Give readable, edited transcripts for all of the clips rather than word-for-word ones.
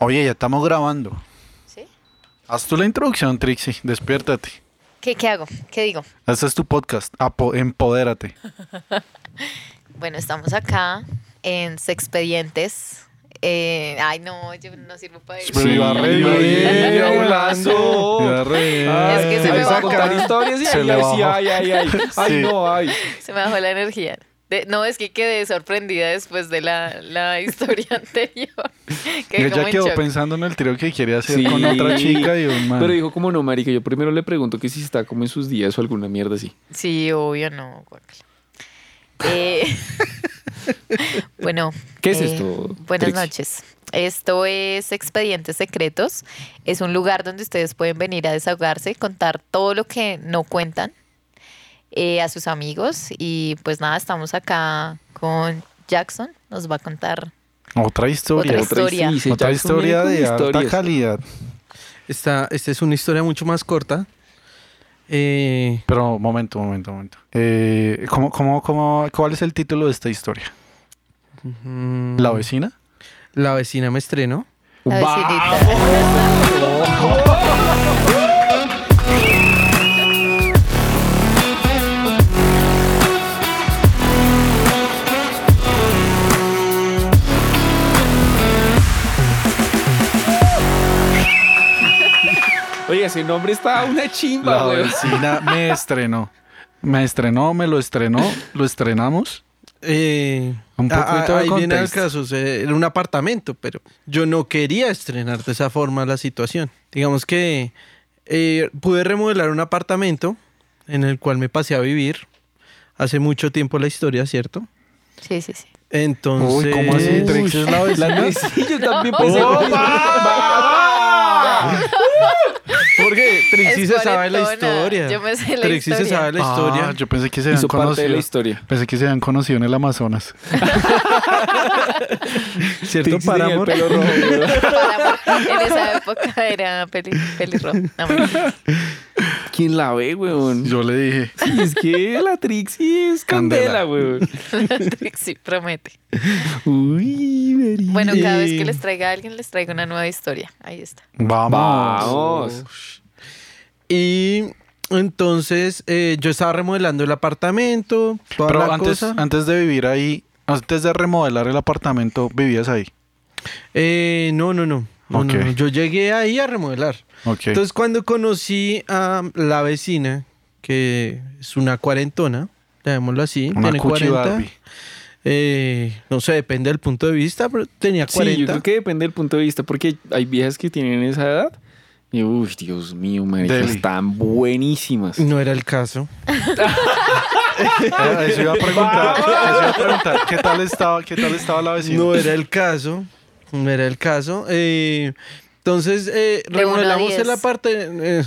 Oye, ya estamos grabando. ¿Sí? Haz tú la introducción, Trixie. Despiértate. ¿Qué hago? ¿Qué digo? Este es tu podcast. Empodérate. Bueno, estamos acá en Sexpedientes. Ay, no, yo no sirvo para eso. Pero iba re bien, hablando. Iba re bien. Es que se me va a contar historias y Se ahí le sí, bajó. ay, Sí. no, ay. Se me bajó la energía. No, es que quedé sorprendida después de la historia anterior. Quedé como Ella en quedó shock. pensando en el trío que quería hacer Sí. con otra chica y un man. Pero dijo como no, marica, yo primero le pregunto que si está como en sus días o alguna mierda así. Sí, obvio, no. Guácala. Bueno. ¿Qué es esto, Buenas Trixie? noches. Esto es Expedientes Secretos. Es un lugar donde ustedes pueden venir a desahogarse, contar todo lo que no cuentan a sus amigos. Y pues nada, estamos acá con Jackson. Nos va a contar. Otra historia. Otra historia. sí, Otra Jackson historia viene de con alta historias. calidad. Esta es una historia mucho más corta. Pero, momento. ¿Cuál es el título de esta historia? ¿La vecina? La vecina me estrenó. La vecinita. Oye, ese nombre está una chimba, La güey. vecina me estrenó. Me lo estrenó, lo estrenamos. Un poquito de ahí viene el contexto. caso. O sea, era un apartamento, pero yo no quería estrenar de esa forma la situación. Digamos que pude remodelar un apartamento en el cual me pasé a vivir. Hace mucho tiempo la historia, ¿cierto? Sí. Entonces... Uy, ¿cómo así? ¿Trix es la vecina? Sí, yo también pensé. Porque Trixie Es se sabe la cuarentona. historia. Yo me sé la Trixie se historia. sabe la historia. Yo pensé que se habían Hizo parte de conocido. la historia. Pensé que se habían conocido en el Amazonas. ¿Cierto, Trixie tenía el Paramore? pelo rojo, güey. En esa época era pelirrojo. No, mentira. ¿Quién la ve, weón? Yo le dije, Sí, es que la Trixie es candela, weón. Trixie promete. Uy, María. Bueno, cada vez que les traiga a alguien, les traigo una nueva historia. Ahí está. vamos. Y entonces yo estaba remodelando el apartamento, toda Pero la antes, cosa. antes de vivir ahí, antes de remodelar el apartamento, ¿vivías ahí? No. Ok. No. Yo llegué ahí a remodelar. Ok. Entonces cuando conocí a la vecina, que es una cuarentona, llamémoslo así, Una tiene cuchi 40. Barbie. No sé, depende del punto de vista, pero tenía 40. Sí, yo creo que depende del punto de vista, porque hay viejas que tienen esa edad. Y uy, Dios mío, marica, Deli. están buenísimas. No era el caso. Eso iba a preguntar. ¿Qué tal estaba la vecina? No era el caso. No era el caso. Entonces, De 1 a remodelamos 10. el parte.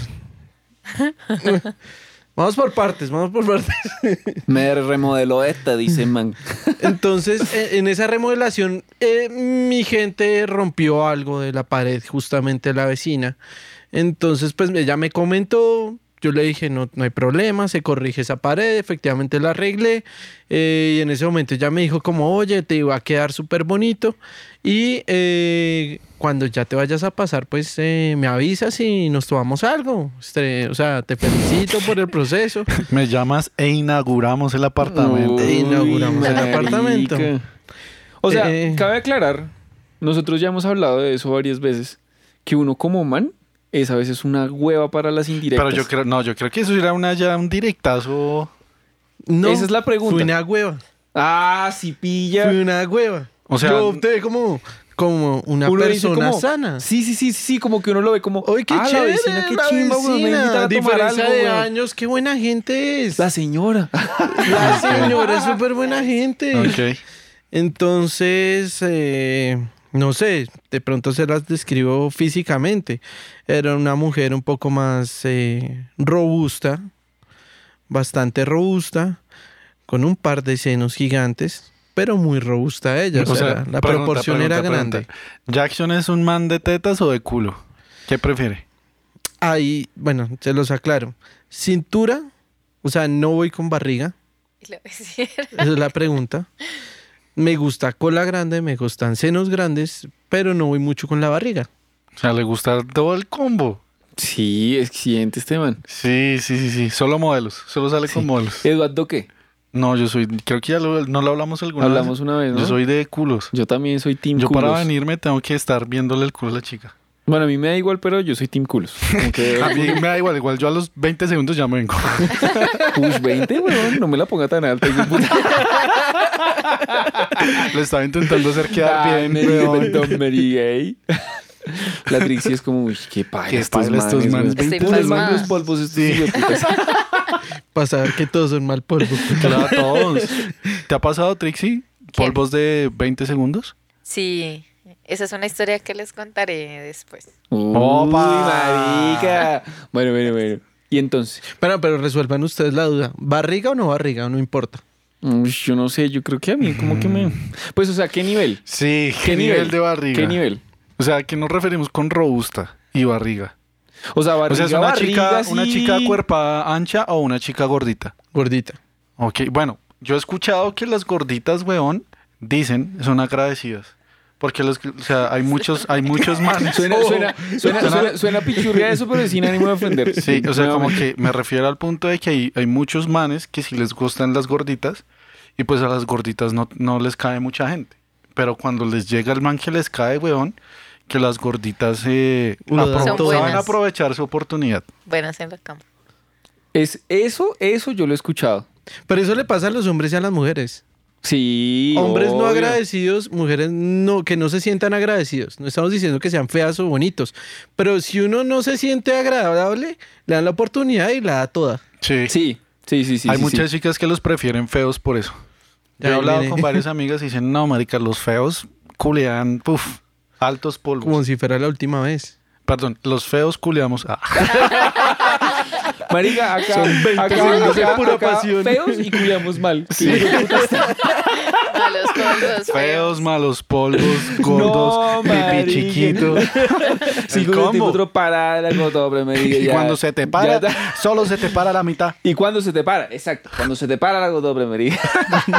Vamos por partes. Me remodeló esta, dice man. Entonces, en esa remodelación, mi gente rompió algo de la pared, justamente la vecina. Entonces, pues ella me comentó. Yo le dije, no hay problema, se corrige esa pared, efectivamente la arreglé. Y en ese momento ella me dijo como, oye, te iba a quedar súper bonito. Y cuando ya te vayas a pasar, pues me avisas y nos tomamos algo. O sea, te felicito por el proceso. Me llamas e inauguramos el apartamento. Inauguramos el apartamento. O sea, Eh. cabe aclarar, nosotros ya hemos hablado de eso varias veces, que uno como man es a veces una hueva para las indirectas. Pero yo creo que eso era un directazo. No, Esa es la pregunta. Fui una hueva. Ah, sí pilla. Fui una hueva. O sea, yo opté como una Uno dice persona como, sana. Sí, como que uno lo ve como, Oye, qué la chévere, vecina, qué la chimba, weón, me vecina. invitan a tomar Diferencia algo, de weón. años, qué buena gente es. La señora. La señora es súper buena gente. ok. Entonces, no sé, de pronto se las describo físicamente. Era una mujer un poco más robusta, bastante robusta, con un par de senos gigantes, pero muy robusta ella. O sea, la proporción era grande. ¿Jackson es un man de tetas o de culo? ¿Qué prefiere? Ahí, bueno, se los aclaro. Cintura, o sea, no voy con barriga. Y la vecina. Esa es la pregunta. Me gusta cola grande, me gustan senos grandes, pero no voy mucho con la barriga. O sea, le gusta todo el combo. Sí, exigente este man. Sí. Solo modelos. Solo sale con modelos. ¿Eduardo qué? No, yo soy... Creo que no lo hablamos alguna vez. Hablamos una vez, ¿no? Yo soy de culos. Yo también soy team Yo culos. para venirme tengo que estar viéndole el culo a la chica. Bueno, a mí me da igual, pero yo soy team culos. Como que... A mí me da igual yo a los 20 segundos ya me vengo. Uy, 20, weón, no me la ponga tan alta. hijo de puta. Le estaba intentando hacer quedar Ay, bien, weón. Don Mary Gay. La Trixie es como, uy, qué paila Qué paila estos manes. weón. Estoy Puros pasmada. malos polvos estos hijueputas. Para saber que todos son mal polvo. Claro, todos. ¿Te ha pasado, Trixie? ¿Polvos de 20 segundos? Sí, esa es una historia que les contaré después. Uy, ¡Opa! marica. Bueno. Y entonces, Pero resuelvan ustedes la duda. ¿Barriga o no barriga? No importa. yo no sé, yo creo que a mí como que me... Pues, o sea, ¿qué nivel? Sí, ¿Qué nivel de barriga? ¿Qué nivel? O sea, ¿a qué nos referimos con robusta y barriga? O sea, barriga, O sea, ¿es una barriga, una sí. chica cuerpada ancha o una chica gordita? Gordita. Ok, bueno, yo he escuchado que las gorditas, weón, dicen, son agradecidas. Porque o sea, hay muchos manes. Suena pichurria eso, pero sin ánimo de ofender. Sí, o sea, como que me refiero al punto de que hay muchos manes que sí les gustan las gorditas y pues a las gorditas no les cae mucha gente. Pero cuando les llega el man que les cae, weón, que las gorditas Lo dan Son todo. saben buenas. aprovechar su oportunidad. Buenas en la cama. Es eso yo lo he escuchado. Pero eso le pasa a los hombres y a las mujeres. Sí. Hombres no obvio. agradecidos, mujeres que no se sientan agradecidos. No estamos diciendo que sean feas o bonitos. Pero si uno no se siente agradable, le dan la oportunidad y la da toda. Sí. Sí. Hay muchas chicas que los prefieren feos por eso. Yo he Ahí hablado viene. con varias amigas y dicen, no, marica, los feos culean, altos polvos. Como si fuera la última vez. Perdón, los feos culeamos. Marica, acá, Son 20 segundos de pura pasión. feos y cuidamos mal. Sí. Malos polvos. Feos, malos polvos, gordos, No, pipí marica. chiquito. Sí, El con el combo. tipo otro parada, como todo, pero me diga, Y ya, cuando se te para, ya. solo se te para la mitad. Y cuando se te para, exacto. Cuando se te para la godobre, me diga.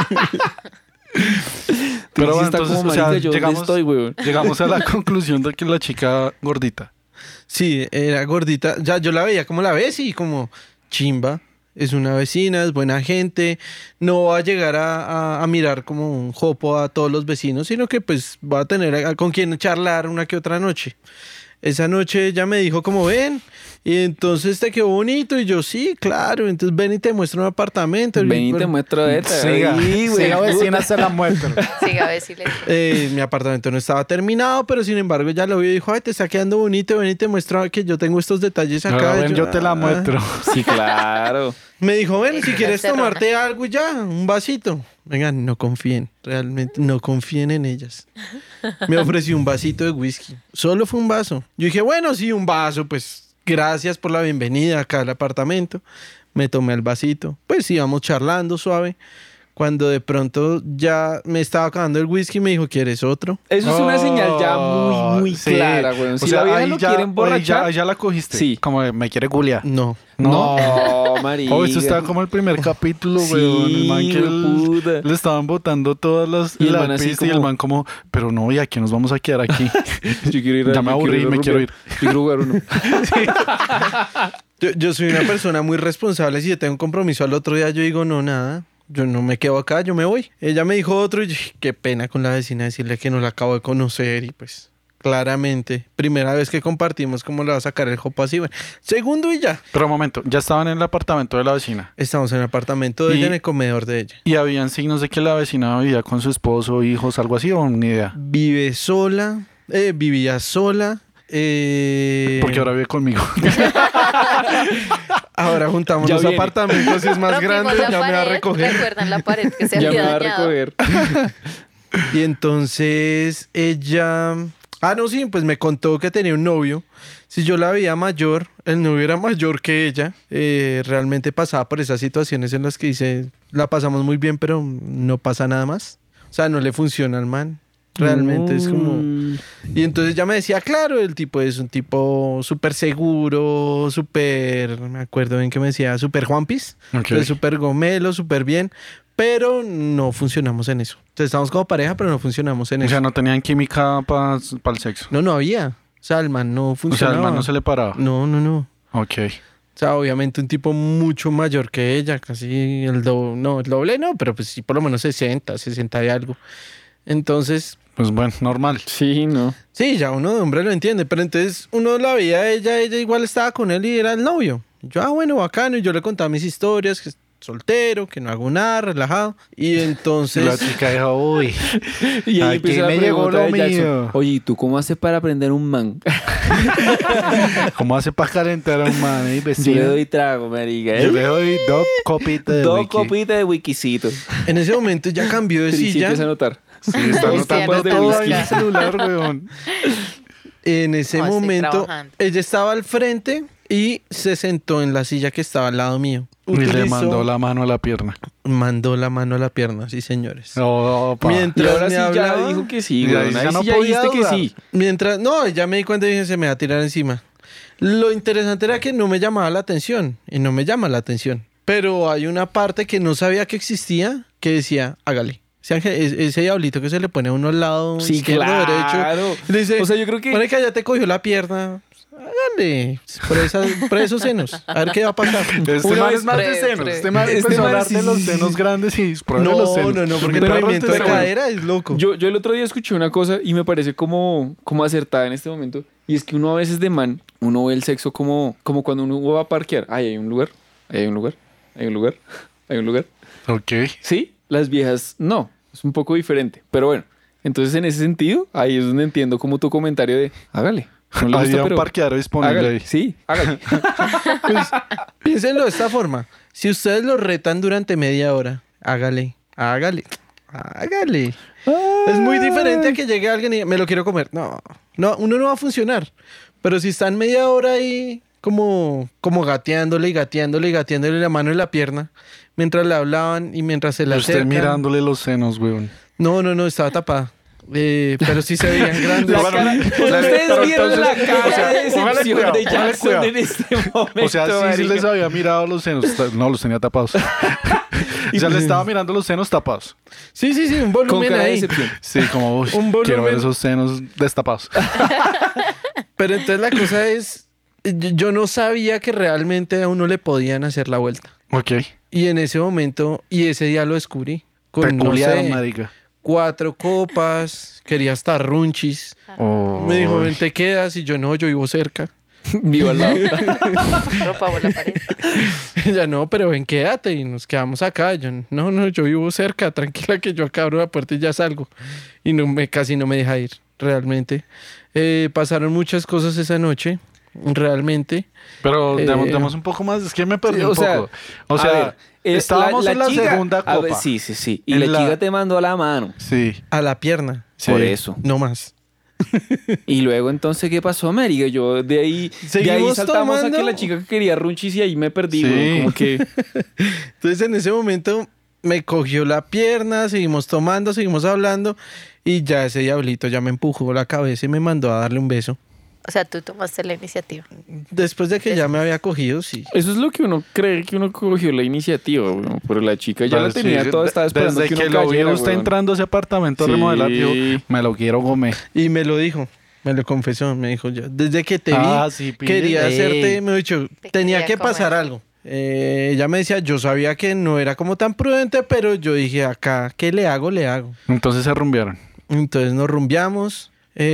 Pero bueno, está entonces, como, o sea, marica, yo ¿dónde estoy, weón? llegamos a la conclusión de que la chica gordita. Sí, era gordita. Ya yo la veía como la ves y como chimba. Es una vecina, es buena gente. No va a llegar a mirar como un jopo a todos los vecinos, sino que pues va a tener con quien charlar una que otra noche. Esa noche ella me dijo como ven, y entonces te quedó bonito. Y yo, sí, claro. Entonces ven y te muestro un apartamento. Ven y te Bueno, muestro esta. Siga, vecina, se la muestro. Siga a ver si le... mi apartamento no estaba terminado, pero sin embargo ella lo vio y dijo, ay, te está quedando bonito, ven y te muestro que yo tengo estos detalles acá. Ahora ven, Y yo te la "Ah". muestro. Sí, claro. Me dijo, ven, si Sí, quieres la encerrona. tomarte algo y ya, un vasito. Vengan, no confíen, realmente no confíen en ellas. Me ofreció un vasito de whisky. Solo fue un vaso. Yo dije, bueno, sí, un vaso, pues gracias por la bienvenida acá al apartamento. Me tomé el vasito. Pues íbamos charlando suave. Cuando de pronto ya me estaba acabando el whisky, me dijo, ¿quieres otro? Eso es una señal ya muy Sí. clara, weón. O Si sea, la vieja ahí lo ya, quiere ahí emborrachar... ya la cogiste. Sí. Como de, me quiere gulear. No. No, marica. Oh, esto está como el primer capítulo, Sí, weón. El man que puta. le estaban botando todas las Y el la man así pista y el como- man como, pero no, ¿y a qué nos vamos a quedar aquí? Yo quiero ir Ya me aburrí, me quiero ir. Yo quiero jugar uno. Yo soy una persona muy responsable. Si yo tengo un compromiso al otro día, yo digo, no, nada. Yo no me quedo acá, yo me voy. Ella me dijo otro y yo, qué pena con la vecina decirle que no la acabo de conocer y pues claramente, primera vez que compartimos cómo le va a sacar el jopo así. Bueno, segundo y ya. Pero un momento, ya estaban en el apartamento de la vecina. Estamos en el apartamento de Y- ella, en el comedor de ella. ¿Y habían signos de que la vecina vivía con su esposo, hijos, algo así o ni idea? Vive sola, vivía sola. Porque ahora vive conmigo. Ahora juntamos Ya los viene. apartamentos y es más Rompimos grande, la ya me va a pared, recoger. ¿recuerdan la pared que se Ya me había va a dañado? recoger. Y entonces ella... Ah, no, sí, pues me contó que tenía un novio. Si yo la veía mayor, el novio era mayor que ella. Realmente pasaba por esas situaciones en las que dice, la pasamos muy bien, pero no pasa nada más. O sea, no le funciona al man. Realmente es como... Y entonces ya me decía, claro, el tipo es un tipo súper seguro, súper... Me acuerdo bien que me decía, súper Juanpis. Ok. Entonces súper gomelo, súper bien. pero no funcionamos en eso. Entonces estamos como pareja, pero no funcionamos en O eso. sea, no tenían química para el sexo. No había. O sea, el man no O sea, funcionaba. el man no se le paraba. No. Ok. O sea, obviamente un tipo mucho mayor que ella, casi el doble. No, el doble no, pero pues sí, por lo menos 60 y algo. Entonces, Pues bueno, normal. Sí, no. sí, ya uno de hombre lo entiende, pero entonces uno la veía a ella igual estaba con él y era el novio. Yo, bueno, bacano, y yo le contaba mis historias, que soltero, que no hago nada, relajado. Y Y la entonces, chica dijo, uy, Y ahí aquí empieza la me llegó pregunta lo de Jackson. mío. Oye, ¿y tú cómo haces para aprender un man? ¿Cómo hace para calentar a un man? Yo le Vecino? doy trago, marica. Yo le doy dos copitas de Dos wiki. copitas de wikisito. en ese momento ya cambió de Sí, sí, silla. empieza a notar. Sí, está Hostia, anotando no todo está ahí en el buscando. celular, weón. En ese No, estoy momento, trabajando. ella estaba al frente y se sentó en la silla que estaba al lado mío. Y le Utilizó- mandó la mano a la pierna. Mandó la mano a la pierna, sí, señores. No, pa. Y Mientras ahora me sí ya hablaba, dijo que sí, Y ahí güey. ya Ahí no sí ya podía dijiste que dudar. sí. mientras, no, ya me di cuenta y dije, se me va a tirar encima. Lo interesante era que no me llamaba la atención, y no me llama la atención. Pero hay una parte que no sabía que existía, que decía, hágale. Ese diablito que se le pone a uno al lado Sí, izquierdo, claro. derecho. Le dice, O sea, yo creo que... pone que ya te cogió la pierna. Hágale, por esos senos. A ver qué va a pasar. Este Una man vez es más de pre- senos. pre- Este man este empezó a man hablar sí, de los sí, sí. senos grandes y prueba los senos. No, porque el Perros movimiento de senos. cadera es loco. Yo el otro día escuché una cosa y me parece como acertada en este momento. Y es que uno a veces de man, uno ve el sexo como cuando uno va a parquear. Ay, hay un lugar, ahí hay un lugar, hay un lugar, hay un lugar. Ok. Sí, las viejas no, es un poco diferente. Pero bueno, entonces en ese sentido, ahí es donde entiendo como tu comentario de hágale. No le gusta, Había un pero parqueadero disponible hágale. ahí. Sí, hágale. Pues, piénsenlo de esta forma. Si ustedes lo retan durante media hora, hágale. Es muy diferente a que llegue alguien y me lo quiero comer. No, uno no va a funcionar. Pero si están media hora ahí como gateándole la mano en la pierna, mientras le hablaban y mientras se Y la usted acercan. mirándole los senos, weón. No, estaba tapada. Pero sí se veían grandes. La Bueno, cara- o sea, ustedes pero vieron entonces, la cara o sea, de póngale decepción cuidado, de póngale Jackson cuidado. en este momento. O sea, sí marica. les había mirado los senos. No, los tenía tapados. O sea, le estaba mirando los senos tapados. Sí, un Con volumen cara de ahí. decepción. Sí, como, uy, Un quiero ver volumen. esos senos destapados. Pero entonces la cosa es, yo no sabía que realmente a uno le podían hacer la vuelta. Ok. Y en ese momento, y ese día lo descubrí. Con, no Peculiar, sé, marica. 4 copas, quería estar runchis. Oh. Me dijo, ven, te quedas. Y yo, no, yo vivo cerca. Vivo al lado. Rompamos la pared. Ella, no, pero ven, quédate. Y nos quedamos acá. Yo, no, yo vivo cerca. Tranquila que yo acá abro la puerta y ya salgo. Y casi no me deja ir, realmente. Pasaron muchas cosas esa noche, realmente. Pero Eh, demos un poco más. Es que me perdí Sí, un o sea, poco. O a sea, ver, estábamos en la chica- segunda a ver, copa. sí. Y En la la- chica te mandó la mano. Sí. A la pierna, Sí. Por eso. no más. Y luego entonces, ¿qué pasó, América? Yo de ahí Seguimos saltamos a tomando. que la chica que quería runchis y ahí me perdí, Sí. güey. Como que Entonces en ese momento me cogió la pierna, seguimos tomando, seguimos hablando y ya ese diablito ya me empujó la cabeza y me mandó a darle un beso. O sea, tú tomaste la iniciativa. Después de que ya me había cogido, sí. eso es lo que uno cree que uno cogió la iniciativa, güey. Pero la chica ya la Pues tenía sí, toda, estaba esperando desde que uno lo cayera, vio usted güey. entrando a ese apartamento a Sí. remodelar, dijo, me lo quiero comer. Y me lo dijo, me lo confesó, me dijo yo. Desde que te vi, Ah, sí, pille. quería Ey. hacerte, me dicho, Te tenía quería que pasar comer. algo. Ella me decía, yo sabía que no era como tan prudente, pero yo dije, acá, ¿qué le hago? Le hago. Entonces se rumbearon. Entonces nos rumbeamos.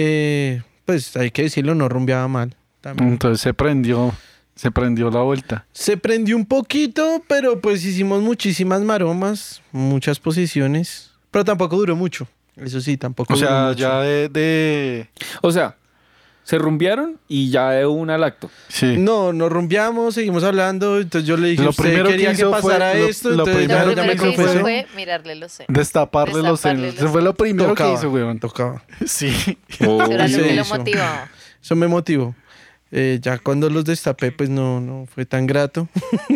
Pues hay que decirlo, no rumbeaba mal. También. Entonces se prendió la vuelta. Se prendió un poquito, pero pues hicimos muchísimas maromas, muchas posiciones, pero tampoco duró mucho. Eso sí, tampoco O duró sea, mucho. ya de... O sea, se rumbearon y ya de una al acto. Sí. No, nos rumbeamos, seguimos hablando, entonces yo le dije, Lo usted primero que quería que, hizo fue- pasara lo- esto, lo entonces primero Lo ya que me primero que hizo confesó. fue mirarle los senos. Destaparle los Destaparle senos. los Eso fue lo primero que Tocaba, hizo, weón. tocaba. Sí. Eso era Y lo se que lo hizo. motivaba. Eso me motivó. Ya cuando los destapé, pues no fue tan grato.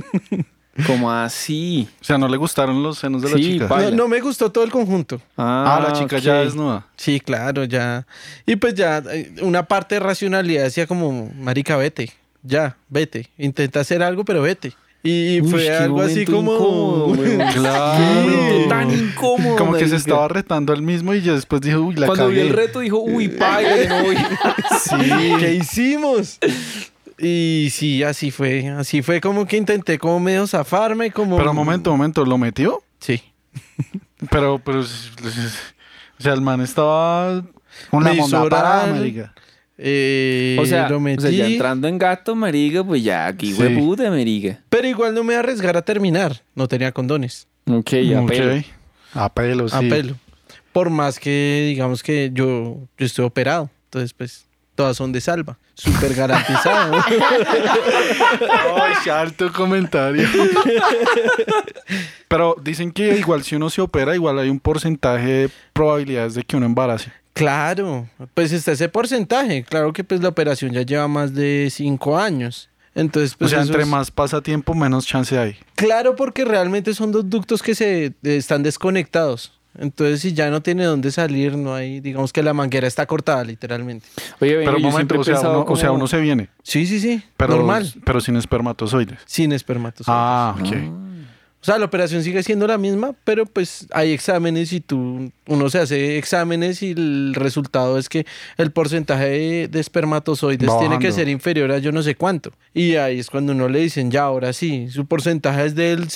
Como así. O sea, no le gustaron los senos de la Sí, chica. Baila. No me gustó todo el conjunto. Ah, la chica ya ok. desnuda. Sí, claro, ya. Y pues ya, una parte de racionalidad decía como, marica, vete, ya, vete. Intenta hacer algo, pero vete. Y Uy, fue qué algo así momento como... incómodo, weón. Claro. Qué momento tan incómodo. Como que se marica. estaba retando él mismo y yo después dije, uy, la Cuando vio cagué. el reto dijo, uy, paila, ya no voy. Sí, ¿qué hicimos? Y sí, así fue. Así fue como que intenté como medio zafarme, como... Pero momento, ¿lo metió? Sí. Pero, o sea, el man estaba con la Me hizo monda parada, orar. marica. O sea, lo metí. ya entrando en gato, marica, pues ya, aquí, Sí. hueputa, marica. Pero igual no me iba a arriesgar a terminar. No tenía condones. Ok, ya, Ok. pero. A pelo, sí. A pelo. Por más que, digamos que yo estoy operado. Entonces, pues, todas son de salva. Súper garantizado. Ay, alto comentario. Pero dicen que igual si uno se opera, igual hay un porcentaje de probabilidades de que uno embarace. Claro, pues está ese porcentaje. Claro que pues la operación ya lleva más de 5 años. Entonces, pues o sea, eso entre es- más pasa tiempo, menos chance hay. Claro, porque realmente son dos ductos que se están desconectados. Entonces, si ya no tiene dónde salir, no hay, digamos que la manguera está cortada, literalmente. Oye, venga, Pero un yo momento, siempre he o sea, pensado o sea, como- uno se viene, Sí, sí, sí. pero, Normal. pero sin espermatozoides. Sin espermatozoides. Ah, ok. O sea, la operación sigue siendo la misma, pero pues hay exámenes y uno se hace exámenes y el resultado es que el porcentaje de espermatozoides Va tiene que bajando. ser inferior a yo no sé cuánto. Y ahí es cuando uno le dicen, ya, ahora sí, su porcentaje es del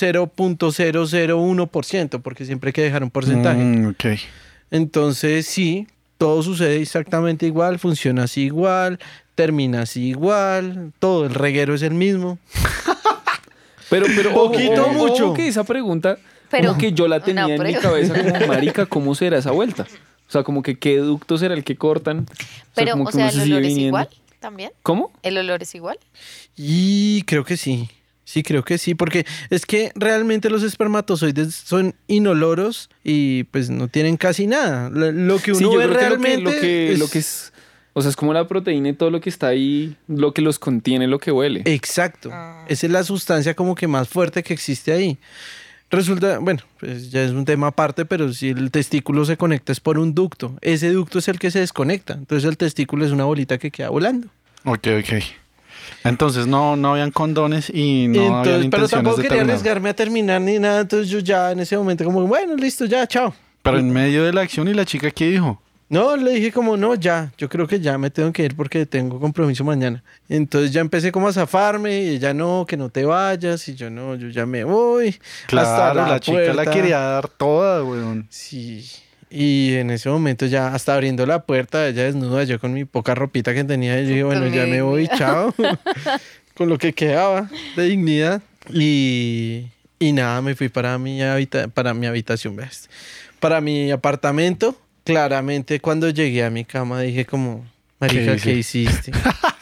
0.001%, porque siempre hay que dejar un porcentaje. Ok. Entonces, sí, todo sucede exactamente igual, funciona así igual, termina así igual, todo, el reguero es el mismo. Pero, Poquito, mucho. Ojo que esa pregunta, Pero como que yo la tenía una en mi pregunta. cabeza como, marica, ¿cómo será esa vuelta? O sea, como que qué ducto será el que cortan. Pero, como o que sea, uno el se sigue olor es viniendo. igual también. ¿Cómo? ¿El olor es igual? Y creo que sí. Sí, creo que sí, porque es que realmente los espermatozoides son inoloros y pues no tienen casi nada. Lo que Sí, uno yo ve creo que realmente lo que es, o sea, es como la proteína y todo lo que está ahí, lo que los contiene, lo que huele. Exacto. Esa es la sustancia como que más fuerte que existe ahí. Resulta, bueno, pues ya es un tema aparte, pero si el testículo se conecta es por un ducto. Ese ducto es el que se desconecta. Entonces el testículo es una bolita que queda volando. Ok. Entonces no habían condones y no habían Entonces, pero intenciones tampoco de quería terminar. arriesgarme a terminar ni nada. Entonces yo ya en ese momento como, bueno, listo, ya, chao. Pero en medio de la acción, ¿y la chica qué dijo? No, le dije como, no, ya, yo creo que ya me tengo que ir porque tengo compromiso mañana. Entonces ya empecé como a zafarme y ella no, que no te vayas y yo no, yo ya me voy. Claro, hasta la chica la puerta. quería dar toda, weón. Sí. Y en ese momento ya hasta abriendo la puerta, ella desnuda, yo con mi poca ropita que tenía, y yo dije, bueno, ya me voy, chao. Con lo que quedaba de dignidad. Y nada, me fui para mi habitación, ¿ves? Para mi apartamento. Claramente cuando llegué a mi cama dije como, marica, hice? ¿qué hiciste?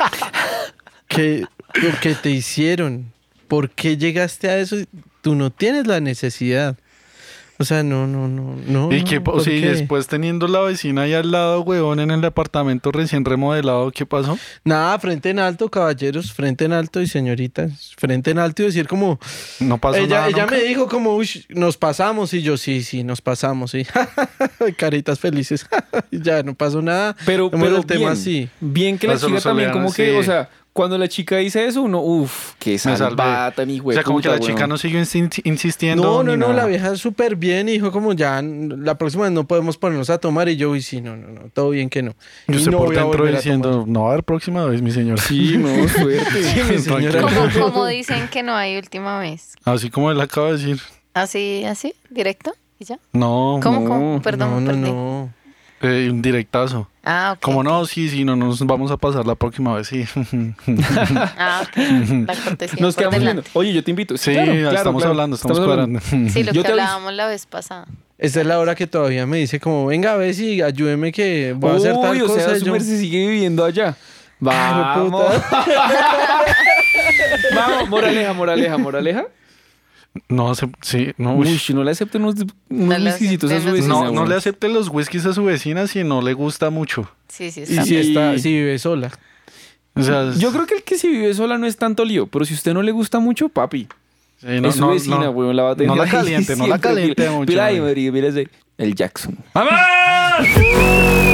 ¿Qué te hicieron? ¿Por qué llegaste a eso? Tú no tienes la necesidad. O sea, no. Y que, ¿por o sea, y qué? después teniendo la vecina ahí al lado, weón, en el apartamento recién remodelado, ¿qué pasó? Nada, frente en alto, caballeros, frente en alto y señoritas, frente en alto y decir como... No pasó nada Ella nunca. me dijo como, uy, nos pasamos y yo, sí, nos pasamos, sí. Caritas felices. Y ya, no pasó nada. Pero Como el bien, tema así. bien que la La chica también solucionaron, como que, sí. o sea, cuando la chica dice eso, uno, uff, qué Me salvé. salvada tan hijo O sea, como que la weón. chica no siguió insistiendo. No, ni la nada. vieja súper bien y dijo como ya, la próxima vez no podemos ponernos a tomar y yo, y sí, no, todo bien que no. Y usted no por voy a dentro volver a diciendo, no va a haber próxima vez, mi señor. Sí, no, suerte. Sí, mi señora. Tranquilo. Como dicen que no hay última vez. Así como él acaba de decir. Así, directo y ya. No, ¿Cómo? no, ¿Cómo? Perdón, no, me perdí. no. un directazo. Ah, ok. Como no, sí, no nos vamos a pasar la próxima vez, sí. Ah, ok. La cortesía Nos por quedamos delante. viendo. Oye, yo te invito. Sí, claro, claro, estamos claro. hablando, estamos hablando. cuadrando. Sí, lo Yo que te aviso. hablábamos la vez pasada. Esta es la hora que todavía me dice como, venga, a ver si ayúdeme que voy a hacer tal Uy, o cosa. sea, y su yo, merced sigue viviendo allá. "Ay, Vamos. puta". Vamos, moraleja. No, sí, no, Uy, uy. no le acepto unos No le whiskycitos a su acepten vecina. los- No, no weón. le acepte los whiskies a su vecina si no le gusta mucho. Sí, sí, Y está. si bien. si vive sola. O sea, Yo creo que el que si vive sola no es tanto lío, pero si usted no le gusta mucho, papi, sí, es su vecina, weón, la va a tener no la ahí caliente, no la siempre. caliente mucho. Mira ahí, güey. Madrid, mira ese, el Jackson. ¡Vamos!